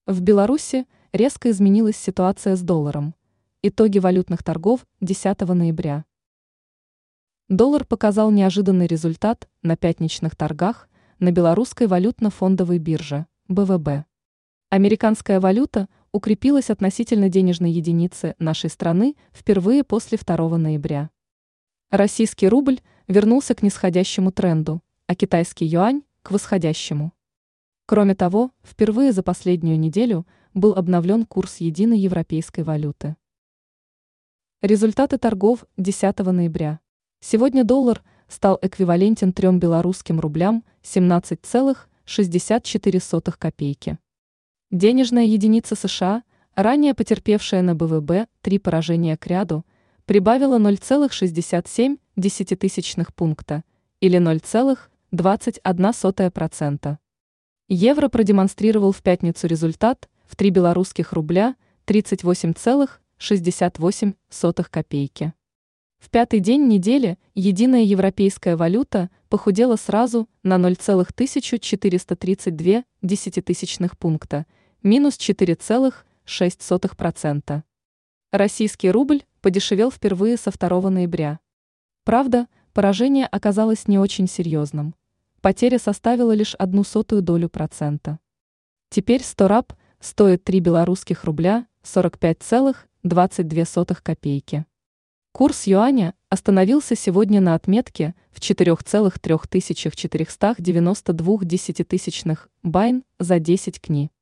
В Беларуси резко изменилась ситуация с долларом. Итоги валютных торгов 10 ноября. Доллар показал неожиданный результат на пятничных торгах на белорусской валютно-фондовой бирже БВБ. Американская валюта укрепилась относительно денежной единицы нашей страны впервые после 2 ноября. Российский рубль вернулся к нисходящему тренду, а китайский юань – к восходящему. Кроме того, впервые за последнюю неделю был обновлен курс единой европейской валюты. Результаты торгов 10 ноября. Сегодня доллар стал эквивалентен 3 белорусским рублям 17,64 копейки. Денежная единица США, ранее потерпевшая на БВБ 3 поражения к ряду, прибавила 0,67 пункта или 0,21%. Евро продемонстрировал в пятницу результат в 3 белорусских рубля 38,68 копейки. В пятый день недели единая европейская валюта похудела сразу на 0,1432 пункта, минус 4,6%. Российский рубль подешевел впервые со 2 ноября. Правда, поражение оказалось не очень серьезным. Потеря составила лишь 0,01%. Теперь 100 раб стоит 3 белорусских рубля 45,22 копейки. Курс юаня остановился сегодня на отметке в 4,3492 байн за 10 кни.